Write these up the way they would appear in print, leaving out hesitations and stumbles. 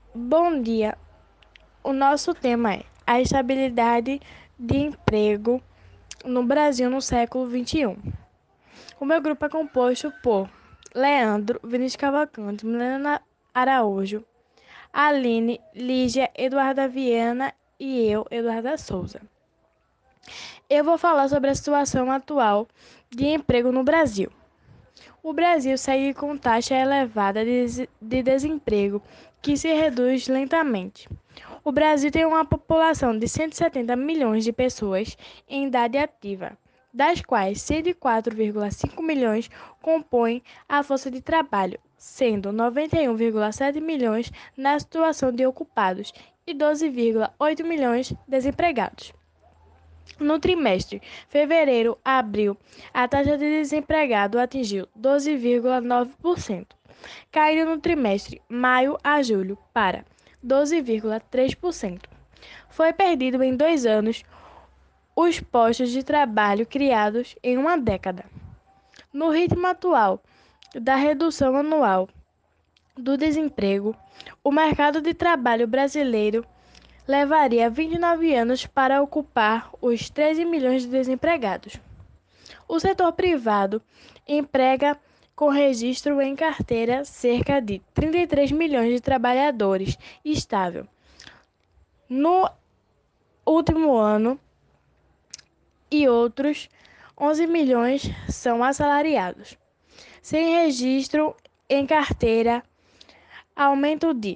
Bom dia. O nosso tema é a estabilidade de emprego no Brasil no século XXI. O meu grupo é composto por Leandro, Vinícius Cavalcante, Milena Araújo, Aline, Lígia, Eduarda Viana e eu, Eduarda Souza. Eu vou falar sobre a situação atual de emprego no Brasil. O Brasil segue com taxa elevada de desemprego que se reduz lentamente. O Brasil tem uma população de 170 milhões de pessoas em idade ativa, das quais 104,5 milhões compõem a força de trabalho, sendo 91,7 milhões na situação de ocupados e 12,8 milhões desempregados. No trimestre fevereiro a abril, a taxa de desempregado atingiu 12,9%, caindo no trimestre maio a julho para 12,3%. Foi perdido em 2 anos os postos de trabalho criados em uma década. No ritmo atual da redução anual do desemprego, o mercado de trabalho brasileiro levaria 29 anos para ocupar os 13 milhões de desempregados. O setor privado emprega com registro em carteira cerca de 33 milhões de trabalhadores estável. No último ano, e outros 11 milhões são assalariados. Sem registro em carteira, aumento de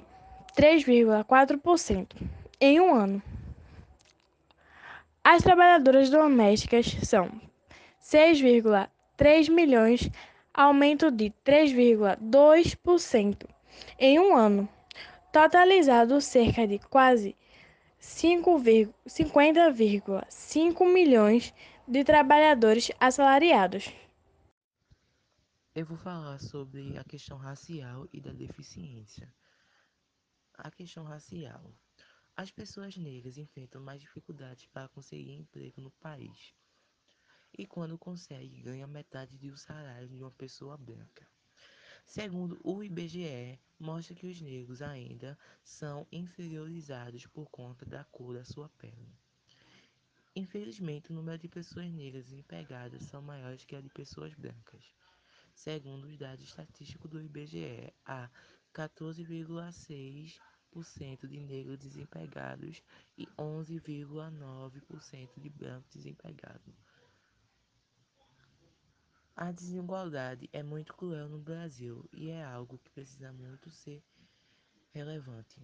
3,4% em um ano. As trabalhadoras domésticas são 6,3 milhões, aumento de 3,2% em um ano, totalizado cerca de quase 50,5 milhões de trabalhadores assalariados. Eu vou falar sobre a questão racial e da deficiência. A questão racial. As pessoas negras enfrentam mais dificuldades para conseguir emprego no país. E quando consegue, ganha metade do salário de uma pessoa branca. Segundo o IBGE, mostra que os negros ainda são inferiorizados por conta da cor da sua pele. Infelizmente, o número de pessoas negras desempregadas são maiores que a de pessoas brancas. Segundo os dados estatísticos do IBGE, há 14,6% de negros desempregados e 11,9% de brancos desempregados. A desigualdade é muito cruel no Brasil e é algo que precisa muito ser relevante.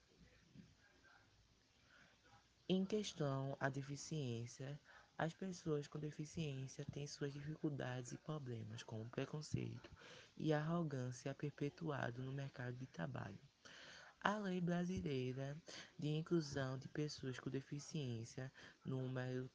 Em questão à deficiência, as pessoas com deficiência têm suas dificuldades e problemas, como preconceito e arrogância perpetuado no mercado de trabalho. A Lei Brasileira de Inclusão de Pessoas com Deficiência, número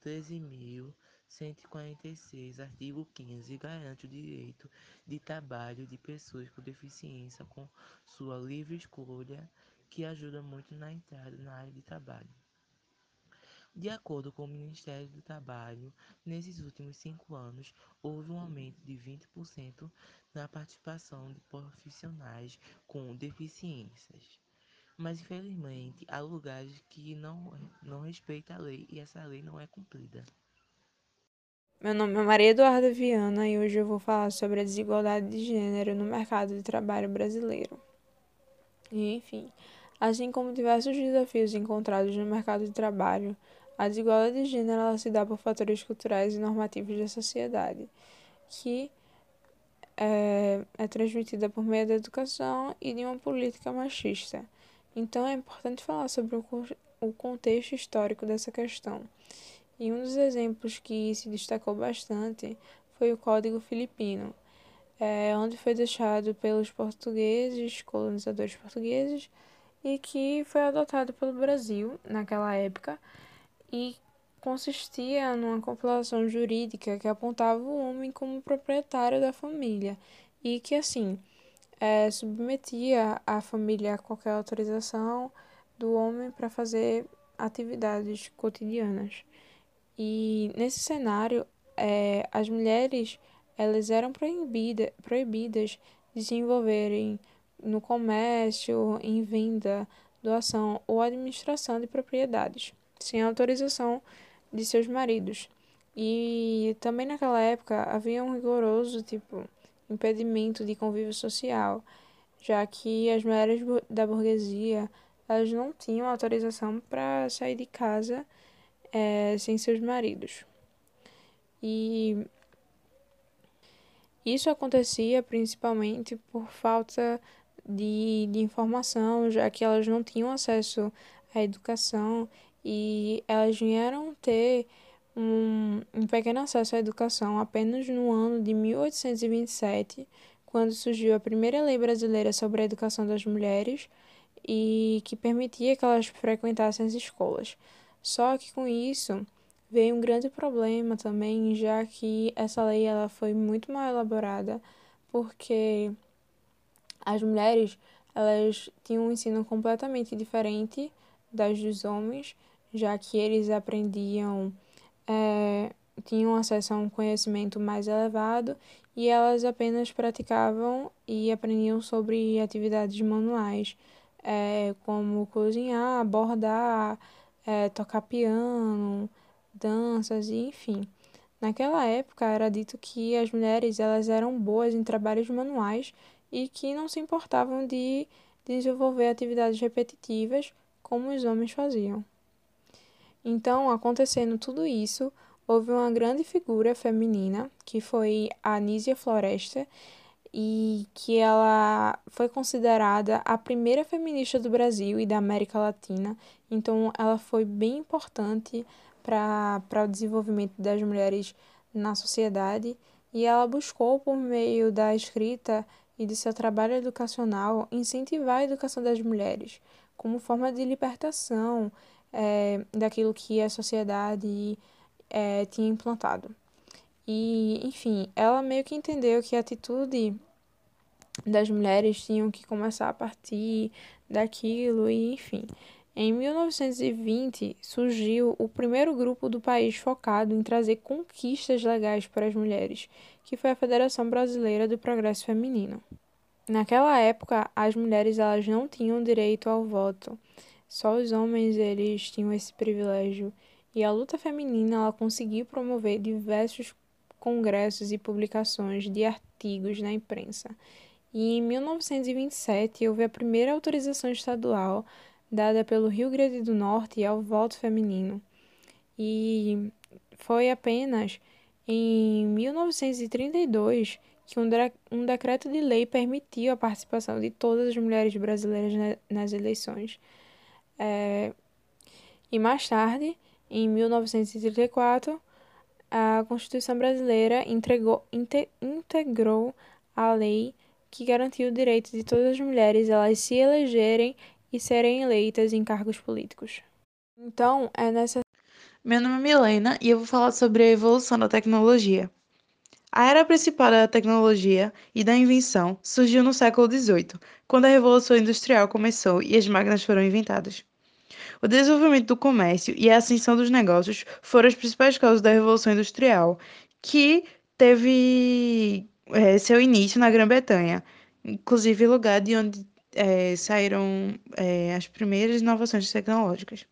13.146, artigo 15, garante o direito de trabalho de pessoas com deficiência com sua livre escolha, que ajuda muito na entrada na área de trabalho. De acordo com o Ministério do Trabalho, nesses últimos 5 anos, houve um aumento de 20% na participação de profissionais com deficiências. Mas, infelizmente, há lugares que não respeitam a lei e essa lei não é cumprida. Meu nome é Maria Eduarda Viana e hoje eu vou falar sobre a desigualdade de gênero no mercado de trabalho brasileiro. E, enfim, assim como diversos desafios encontrados no mercado de trabalho, a desigualdade de gênero ela se dá por fatores culturais e normativos da sociedade, que é transmitida por meio da educação e de uma política machista. Então é importante falar sobre o contexto histórico dessa questão. E um dos exemplos que se destacou bastante foi o Código Filipino, onde foi deixado pelos portugueses, colonizadores portugueses, e que foi adotado pelo Brasil naquela época e consistia numa compilação jurídica que apontava o homem como proprietário da família e que, assim, submetia a família a qualquer autorização do homem para fazer atividades cotidianas. E nesse cenário, as mulheres elas eram proibidas de se envolverem no comércio, em venda, doação ou administração de propriedades, sem autorização de seus maridos. E também naquela época havia um rigoroso impedimento de convívio social, já que as mulheres da burguesia elas não tinham autorização para sair de casa sem seus maridos. E isso acontecia principalmente por falta de informação, já que elas não tinham acesso à educação e elas vieram ter um pequeno acesso à educação apenas no ano de 1827, quando surgiu a primeira lei brasileira sobre a educação das mulheres e que permitia que elas frequentassem as escolas. Só que com isso veio um grande problema também, já que essa lei ela foi muito mal elaborada, porque as mulheres elas tinham um ensino completamente diferente das dos homens, já que eles aprendiam, tinham acesso a um conhecimento mais elevado e elas apenas praticavam e aprendiam sobre atividades manuais, como cozinhar, bordar, tocar piano, danças e enfim. Naquela época era dito que as mulheres elas eram boas em trabalhos manuais e que não se importavam de desenvolver atividades repetitivas como os homens faziam. Então, acontecendo tudo isso, houve uma grande figura feminina, que foi a Anísia Floresta, e que ela foi considerada a primeira feminista do Brasil e da América Latina. Então, ela foi bem importante para o desenvolvimento das mulheres na sociedade e ela buscou, por meio da escrita e de seu trabalho educacional, incentivar a educação das mulheres como forma de libertação daquilo que a sociedade tinha implantado. E, enfim, ela meio que entendeu que a atitude das mulheres tinham que começar a partir daquilo e, enfim. Em 1920, surgiu o primeiro grupo do país focado em trazer conquistas legais para as mulheres, que foi a Federação Brasileira do Progresso Feminino. Naquela época, as mulheres elas não tinham direito ao voto. Só os homens eles tinham esse privilégio. E a luta feminina ela conseguiu promover diversos congressos e publicações de artigos na imprensa. E em 1927 houve a primeira autorização estadual dada pelo Rio Grande do Norte ao voto feminino. E foi apenas em 1932 que um decreto de lei permitiu a participação de todas as mulheres brasileiras nas eleições. E mais tarde, em 1934, a Constituição brasileira integrou a lei que garantiu o direito de todas as mulheres elas se elegerem e serem eleitas em cargos políticos. Então, Meu nome é Milena e eu vou falar sobre a evolução da tecnologia. A era principal da tecnologia e da invenção surgiu no século XVIII, quando a Revolução Industrial começou e as máquinas foram inventadas. O desenvolvimento do comércio e a ascensão dos negócios foram as principais causas da Revolução Industrial, que teve seu início na Grã-Bretanha, inclusive lugar de onde saíram as primeiras inovações tecnológicas.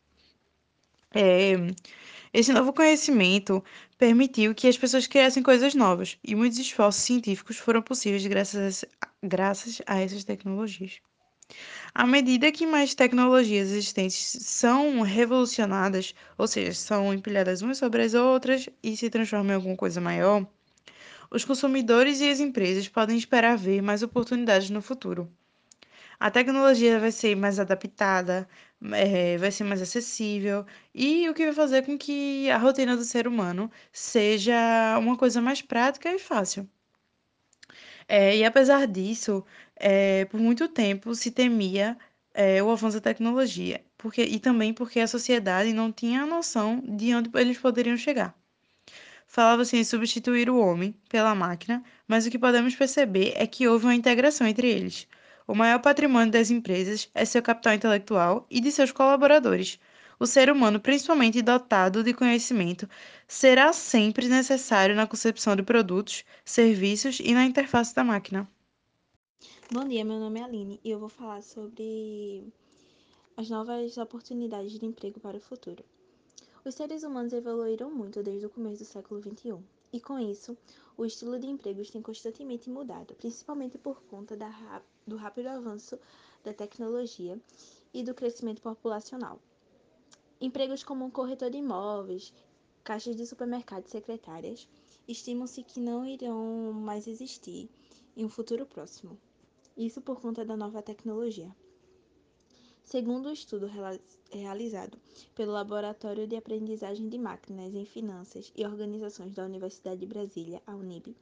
Esse novo conhecimento permitiu que as pessoas criassem coisas novas, e muitos esforços científicos foram possíveis graças a essas tecnologias. À medida que mais tecnologias existentes são revolucionadas, ou seja, são empilhadas umas sobre as outras e se transformam em alguma coisa maior, os consumidores e as empresas podem esperar ver mais oportunidades no futuro. A tecnologia vai ser mais adaptada, vai ser mais acessível, e o que vai fazer com que a rotina do ser humano seja uma coisa mais prática e fácil. E apesar disso, por muito tempo se temia o avanço da tecnologia, e também porque a sociedade não tinha a noção de onde eles poderiam chegar. Falava-se em substituir o homem pela máquina, mas o que podemos perceber é que houve uma integração entre eles. O maior patrimônio das empresas é seu capital intelectual e de seus colaboradores. O ser humano, principalmente dotado de conhecimento, será sempre necessário na concepção de produtos, serviços e na interface da máquina. Bom dia, meu nome é Aline e eu vou falar sobre as novas oportunidades de emprego para o futuro. Os seres humanos evoluíram muito desde o começo do século XXI, e com isso, o estilo de empregos tem constantemente mudado, principalmente por conta do rápido avanço da tecnologia e do crescimento populacional. Empregos como um corretor de imóveis, caixas de supermercado e secretárias estimam-se que não irão mais existir em um futuro próximo. Isso por conta da nova tecnologia. Segundo o estudo realizado pelo Laboratório de Aprendizagem de Máquinas em Finanças e Organizações da Universidade de Brasília, a UNIB,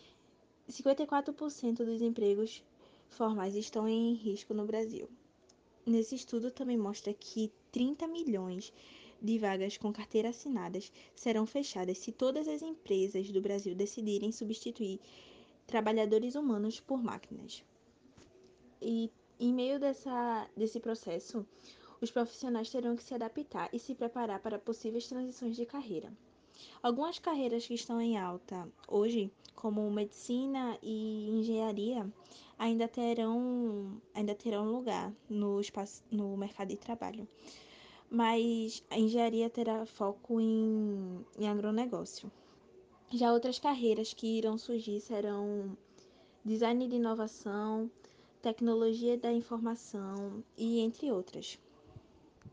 54% dos empregos formais estão em risco no Brasil. Nesse estudo também mostra que 30 milhões de vagas com carteira assinadas serão fechadas se todas as empresas do Brasil decidirem substituir trabalhadores humanos por máquinas. E em meio desse processo, os profissionais terão que se adaptar e se preparar para possíveis transições de carreira. Algumas carreiras que estão em alta hoje, como medicina e engenharia, ainda terão lugar no mercado de trabalho. Mas a engenharia terá foco em agronegócio. Já outras carreiras que irão surgir serão design de inovação, tecnologia da informação e entre outras.